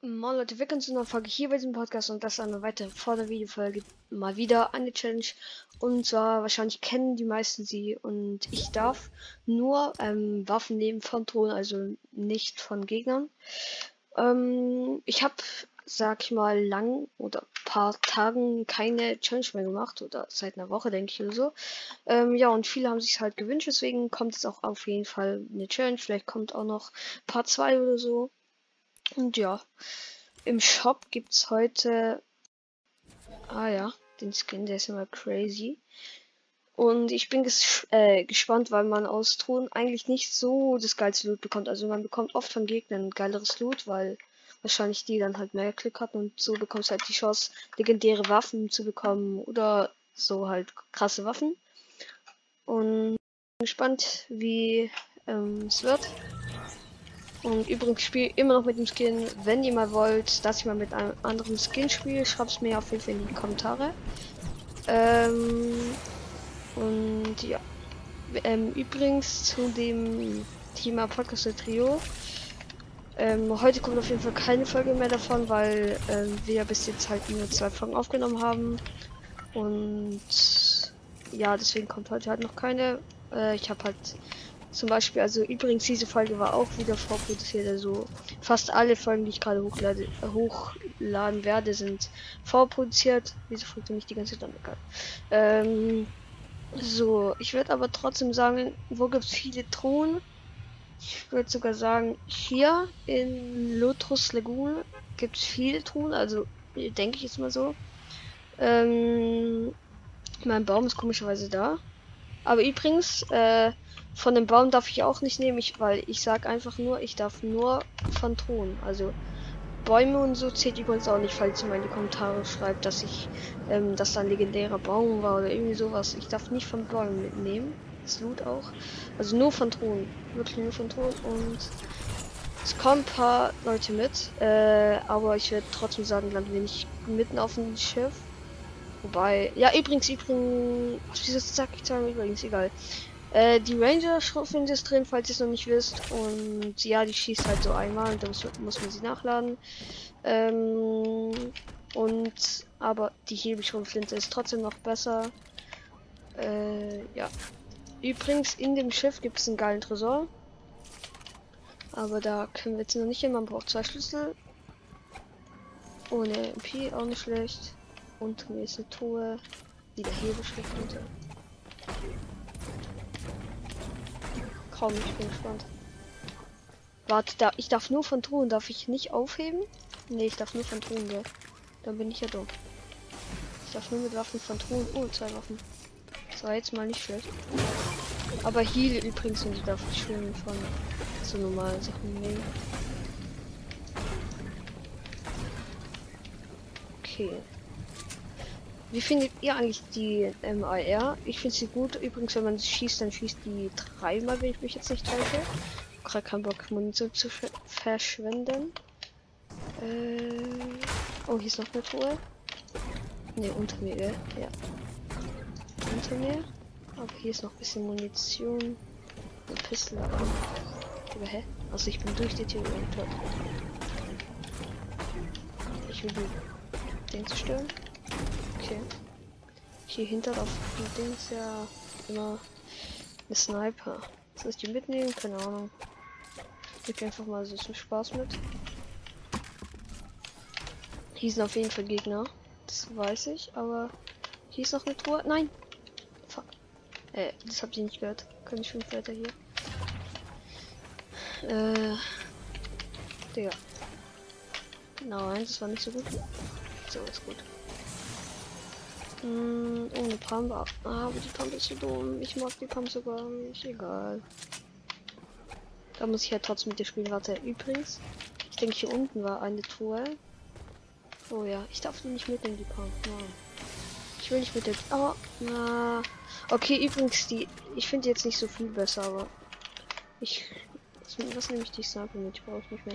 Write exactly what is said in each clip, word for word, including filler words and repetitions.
Moin Leute, willkommen zu einer Folge hier bei diesem Podcast und das ist eine weitere Vorder-Video-Folge. Mal wieder eine Challenge und zwar wahrscheinlich kennen die meisten sie und ich darf nur ähm, Waffen nehmen von Thron, also nicht von Gegnern. Ähm, ich habe, sag ich mal, lang oder paar Tagen keine Challenge mehr gemacht oder seit einer Woche denke ich oder so. Ähm, ja, und viele haben sich halt gewünscht, deswegen kommt es auch auf jeden Fall eine Challenge. Vielleicht kommt auch noch Part zwei oder so. Und ja, im Shop gibt's heute, ah ja, den Skin, der ist immer crazy. Und ich bin ges äh, gespannt, weil man aus Thron eigentlich nicht so das geilste Loot bekommt. Also man bekommt oft von Gegnern geileres Loot, weil wahrscheinlich die dann halt mehr Glück hatten und so bekommst du halt die Chance, legendäre Waffen zu bekommen oder so halt krasse Waffen. Und ich bin gespannt, wie ähm, es wird. Und übrigens spiele ich immer noch mit dem Skin. Wenn ihr mal wollt, dass ich mal mit einem anderen Skin spiele, schreibt es mir auf jeden Fall in die Kommentare. Ähm, und ja. Ähm, übrigens zu dem Thema Podcast der Trio. Ähm, heute kommt auf jeden Fall keine Folge mehr davon, weil ähm, wir bis jetzt halt nur zwei Folgen aufgenommen haben. Und ja, deswegen kommt heute halt noch keine. Äh, ich habe halt zum Beispiel, also übrigens, diese Folge war auch wieder vorproduziert. Also fast alle Folgen, die ich gerade hochlade, äh, hochladen werde, sind vorproduziert. Wieso fragt ihr mich die ganze Zeit an? Egal. Ähm, so, ich würde aber trotzdem sagen, wo gibt es viele Truhen? Ich würde sogar sagen, hier in Lotus Lagoon gibt es viele Truhen. Also denke ich jetzt mal so. Ähm, mein Baum ist komischerweise da. Aber übrigens, äh, von dem Baum darf ich auch nicht nehmen, ich, weil ich sag einfach nur, ich darf nur von Thron. Also Bäume und so zählt übrigens auch nicht, falls ihr mal in die Kommentare schreibt, dass ich, ähm, dass da ein legendärer Baum war oder irgendwie sowas. Ich darf nicht von Bäumen mitnehmen. Das Loot auch. Also nur von Thron. Wirklich nur von Thron. Und es kommen ein paar Leute mit. Äh, aber ich werde trotzdem sagen, landen wir nicht mitten auf dem Schiff. Wobei, ja, übrigens, übrigens, wieso sag ich sagen, übrigens, egal. Äh, die Ranger-Schrotflinte ist drin, falls ihr es noch nicht wisst. Und ja, die schießt halt so einmal und dann muss, muss man sie nachladen. Ähm, und, aber die Hebelschrotflinte ist trotzdem noch besser. Äh, ja. Übrigens, in dem Schiff gibt es einen geilen Tresor. Aber da können wir jetzt noch nicht hin. Man braucht zwei Schlüssel. Ohne M P, auch nicht schlecht. Und mir ist eine Truhe. Wieder Hebelschrotflinte. Kaum, ich bin gespannt. Warte, da, ich darf nur von Truhen, darf ich nicht aufheben? Ne, ich darf nur von Truhen, gell? Dann bin ich ja dumm. Ich darf nur mit Waffen von Truhen. Oh, zwei Waffen. Das war jetzt mal nicht schlecht. Aber Heal übrigens und ich darf ich schon von so normalen Sachen nehmen. Okay. Wie findet ihr eigentlich die M A R? Ich finde sie gut. Übrigens, wenn man sie schießt, dann schießt die dreimal, wenn ich mich jetzt nicht täusche. Gerade keinen Bock, Munition zu ver verschwenden. Äh oh, hier ist noch eine Truhe. Ne, unter mir, gell? Ja. Unter mir. Aber hier ist noch ein bisschen Munition. Eine Pistole. Aber hä? Also ich bin durch die Tür gelangt. Ich will den zerstören. Okay. Hier hinter auf dem Ding ist ja immer eine Sniper. Soll ich die mitnehmen? Keine Ahnung. Ich gehe einfach mal so zum Spaß mit. Hier sind auf jeden Fall Gegner. Das weiß ich, aber hier ist noch eine Truhe. Nein! Fuck. Äh, das habt ihr nicht gehört. Kann ich fünf weiter hier. Äh. Digga. Nein, das war nicht so gut. So, ist gut. Hm, oh, eine Pump. Ah, aber die Pump ist so dumm. Ich mag die Pump sogar nicht. Egal. Da muss ich halt trotzdem mit dir spielen. Warte, übrigens. Ich denke, hier unten war eine Truhe. Oh ja, ich darf die nicht mitnehmen, die Pump. Nein. Ich will nicht mit der. Oh, na. Okay, übrigens, die. Ich finde jetzt nicht so viel besser, aber. Ich. Was, was nehme ich die Sniper mit? Ich brauche nicht mehr.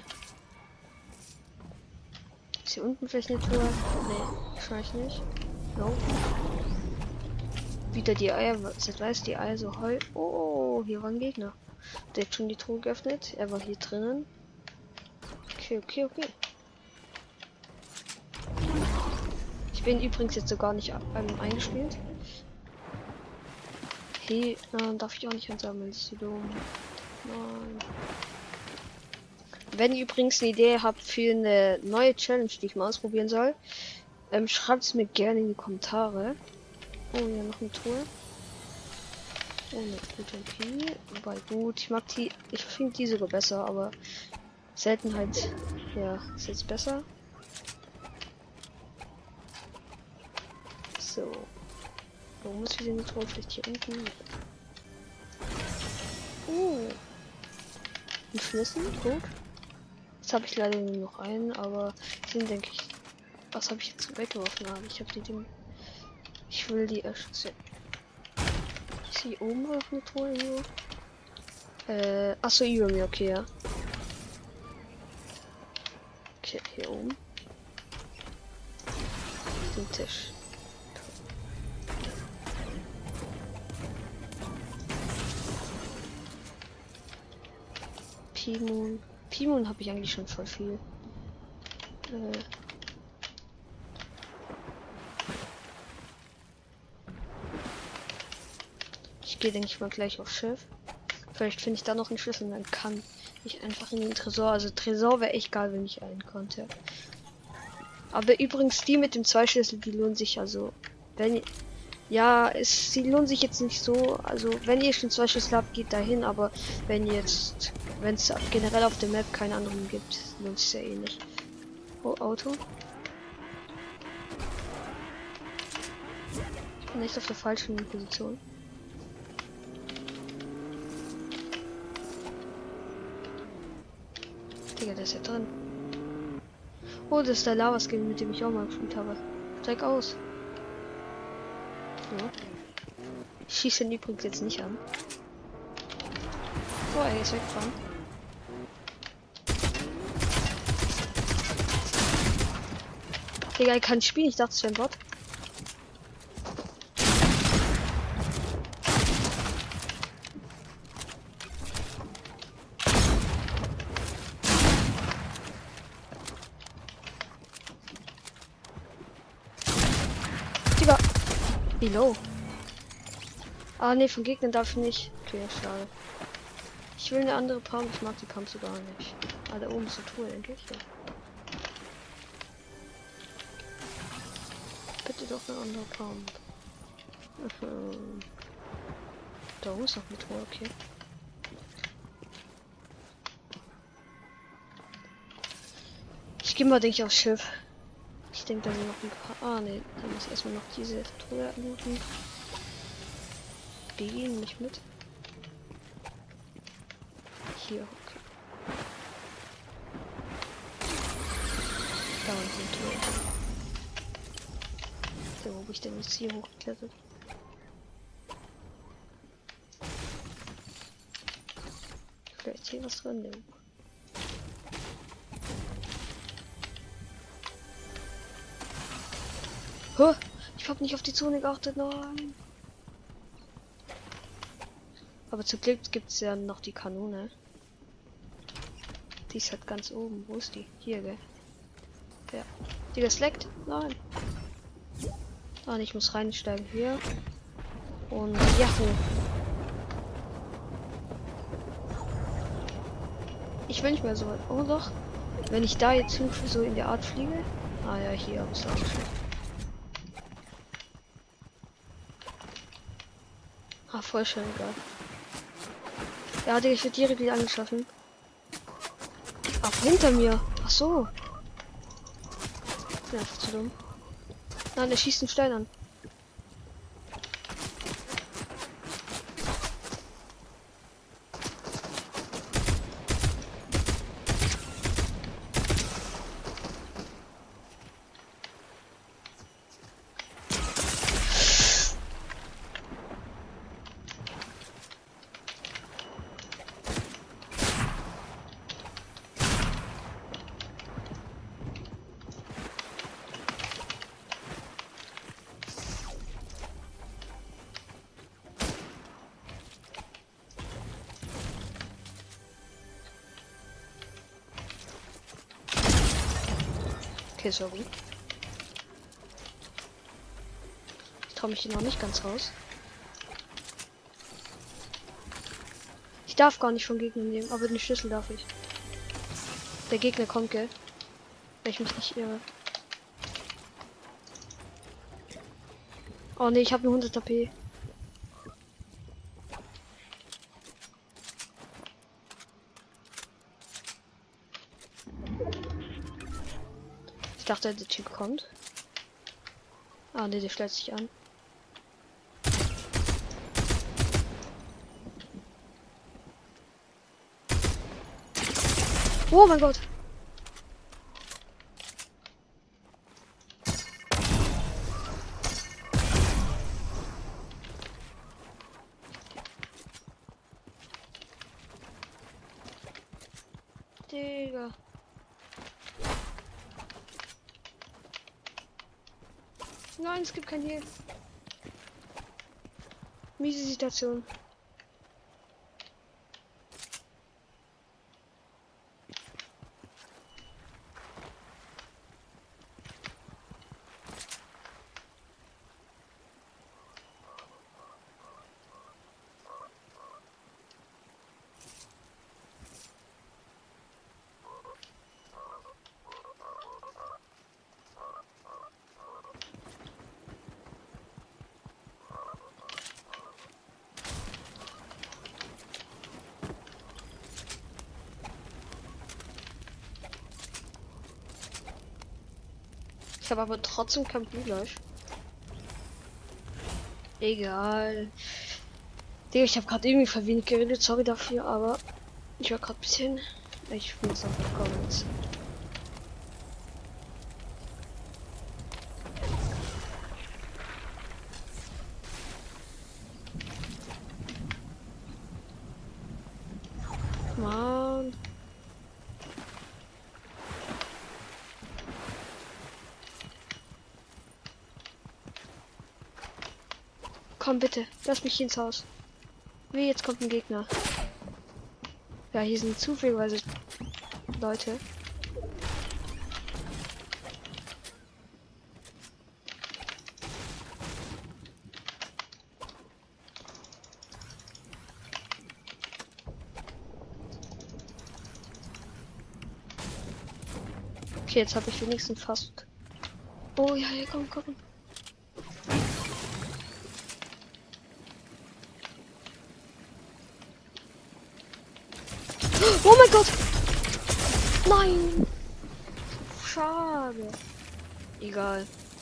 Ist hier unten vielleicht eine Truhe? Nee, wahrscheinlich nicht. No. Wieder die Eier. Seit weiß die Eier so heu. Oh, hier war ein Gegner. Der hat schon die Truhe geöffnet. Er war hier drinnen. Okay, okay, okay. bin übrigens jetzt sogar nicht ähm, eingespielt. Hey, äh, darf ich auch nicht ansammeln, das ist so dumm. Nein. Wenn ihr übrigens eine Idee habt für eine neue Challenge, die ich mal ausprobieren soll, ähm, schreibt es mir gerne in die Kommentare. Oh, ja, noch eine Truhe. Oh, eine gute M P. Wobei gut, ich mag die, ich finde die sogar besser, aber Seltenheit, ja, ist jetzt besser. So. Wo muss ich denn die Truhe? Vielleicht hier unten? Oh. Ein Schlüssel, gut. Jetzt habe ich leider nur noch einen, aber den denke ich. Was habe ich jetzt weggeworfen? Habe ich habe die Dinge. Ich will die erschützen. Ich sehe oben auf eine Truhe hier. Äh, achso, über mir, okay, ja. Okay, hier oben. Den Tisch. Pimon. Pimon habe ich eigentlich schon voll viel. Äh. Ich gehe, denke ich mal, gleich aufs Schiff. Vielleicht finde ich da noch einen Schlüssel und dann kann ich einfach in den Tresor. Also Tresor wäre echt geil, wenn ich einen konnte. Aber übrigens die mit dem zwei Schlüssel, die lohnen sich also. Wenn ja, es sie lohnen sich jetzt nicht so. Also wenn ihr schon zwei Schlüssel habt, geht dahin. Aber wenn jetzt, wenn es generell auf der Map keine anderen gibt, lohnt sich ja eh nicht. Oh, Auto. Ich bin echt auf der falschen Position. Digga, der ist ja drin. Oh, das ist der Lava-Skin, mit dem ich auch mal gespielt habe. Steig aus. So. Ich schieße ihn übrigens jetzt nicht an. Oh, er ist weggefahren. Digga, ich kann spielen. Ich dachte, es wäre ein Bot. Digga. Wie low. Ah, ne, von Gegnern darf ich nicht. Okay, schade. Ich will eine andere Pump. Ich mag die Pump so gar nicht. Ah, da oben ist eine Truhe, denke ich. Ja. Bitte doch eine andere Pump. Mhm. Da oben ist noch eine Truhe, okay. Ich gehe mal, denke ich, aufs Schiff. Ich denke, da sind noch ein paar. Ah, ne, da muss ich erstmal noch diese Truhe looten. Die gehen nicht mit. Hier, okay. Da sind Truhe. So, wo bin ich denn jetzt hier hochgeklettert? Vielleicht hier was drin, ne? Huh, ich hab nicht auf die Zone geachtet, nein. Aber zum Glück gibt es ja noch die Kanone. Die ist halt ganz oben. Wo ist die? Hier, gell? Ja. Die das leckt? Nein. Ah, ich muss reinsteigen hier. Und Yahoo. Ich will nicht mehr so weit. Oh doch. Wenn ich da jetzt hin so in der Art fliege. Ah ja, hier habe ich es auch schon. Ah, voll schön, egal. Ja, Digga, ich werde direkt wieder angeschossen. Ach, hinter mir. Ach so. Ich bin einfach zu dumm. Nein, der schießt einen Stein an. Okay, sorry. traue mich hier noch nicht ganz raus. Ich darf gar nicht von Gegnern nehmen, aber den Schlüssel darf ich. Der Gegner kommt, gell? Wenn ich mich nicht irre. Oh ne, ich habe nur hundert H P. Ich dachte, der Typ kommt. Ah ne, der stellt sich an. Oh mein Gott. Digga. Nein, es gibt kein Heal. Miese Situation. Ich habe aber trotzdem kein Blutlash. Egal. Digga, ich habe gerade irgendwie verwenig geredet, sorry dafür, aber ich war gerade ein bisschen. Ich bin jetzt auf die Comments. Mann. Komm bitte, lass mich ins Haus. Wie, jetzt kommt ein Gegner. Ja, hier sind zufälligerweise Leute. Okay, jetzt habe ich wenigstens fast. Oh ja, hier komm, komm. Oh mein Gott! Nein! Schade. Egal.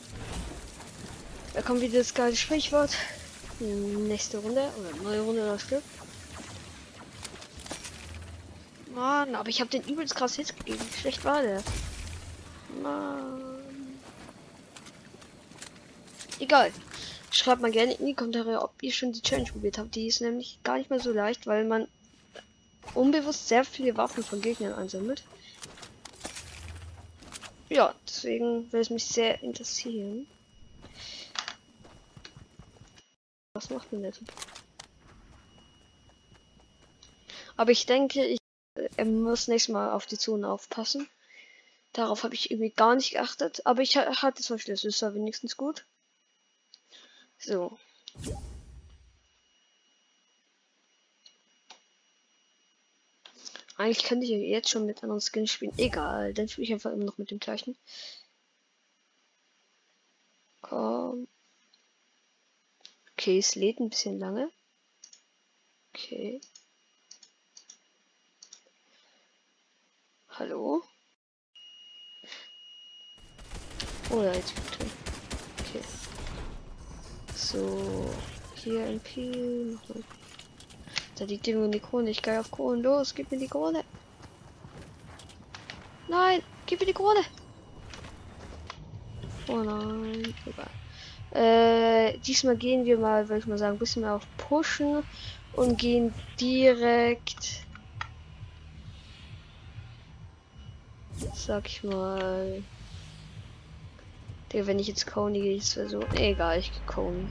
Da kommt wieder das geile Sprichwort. Nächste Runde oder neue Runde das Glück. Mann, aber ich habe den übelst krass Hits gegeben. Wie schlecht war der? Mann. Egal. Schreibt mal gerne in die Kommentare, ob ihr schon die Challenge probiert habt. Die ist nämlich gar nicht mal so leicht, weil man unbewusst sehr viele Waffen von Gegnern einsammelt. Ja, deswegen würde es mich sehr interessieren. Was macht denn der Typ? Aber ich denke, ich äh, muss nächstes Mal auf die Zone aufpassen. Darauf habe ich irgendwie gar nicht geachtet. Aber ich ha hatte zum Beispiel das ist ja wenigstens gut. So. Eigentlich könnte ich ja jetzt schon mit anderen Skins spielen. Egal, dann spiele ich einfach immer noch mit dem gleichen. Komm. Okay, es lädt ein bisschen lange. Okay. Hallo? Oh ja, jetzt bin ich drin. Okay. So. Hier ein P. Da liegt irgendwo die Krone. Ich gehe auf Krone. Los, gib mir die Krone. Nein, gib mir die Krone. Oh nein. Egal. Äh, diesmal gehen wir mal, würde ich mal sagen, ein bisschen mehr auf Pushen und gehen direkt. Sag ich mal. Der, wenn ich jetzt Coney gehe, ist so. Egal, ich gehe Coney.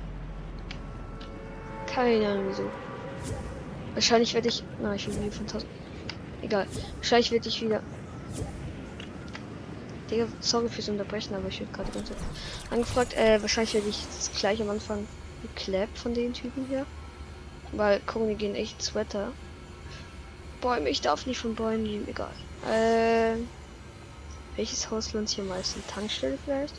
Keine Ahnung wieso. Wahrscheinlich werde ich. Na, ich will wieder von tausend. Egal. Wahrscheinlich werde ich wieder. Digga, sorry fürs Unterbrechen, aber ich werde gerade ganz angefragt. Äh, wahrscheinlich werde ich jetzt gleich am Anfang geklappt von den Typen hier. Weil, gucken, die gehen echt ins Wetter. Bäume, ich darf nicht von Bäumen nehmen, egal. Äh, welches Haus lohnt sich am meisten? Tankstelle vielleicht?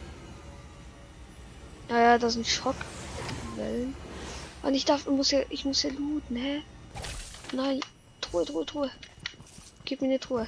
Naja, da sind Schockwellen. Und ich darf, muss ja, ich muss ja looten, hä? Nein, Truhe, Truhe, Truhe. Gib mir eine Truhe.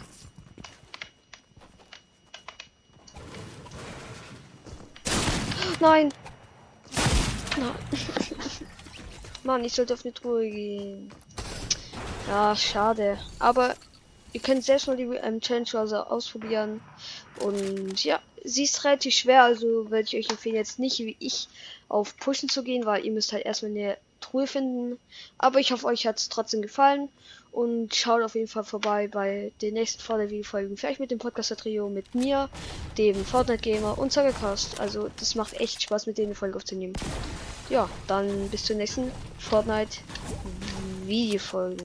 Nein! Nein. Mann, ich sollte auf eine Truhe gehen. Ja, schade. Aber ihr könnt selbst mal die ähm, Challenge also ausprobieren. Und ja, sie ist relativ schwer, also würde ich euch empfehlen, jetzt nicht wie ich auf Pushen zu gehen, weil ihr müsst halt erstmal eine Truhe finden. Aber ich hoffe, euch hat es trotzdem gefallen. Und schaut auf jeden Fall vorbei bei den nächsten Fortnite-Video-Folgen. Vielleicht mit dem Podcaster-Trio, mit mir, dem Fortnite-Gamer und Zockercast. Also das macht echt Spaß, mit denen eine Folge aufzunehmen. Ja, dann bis zur nächsten Fortnite-Videofolge.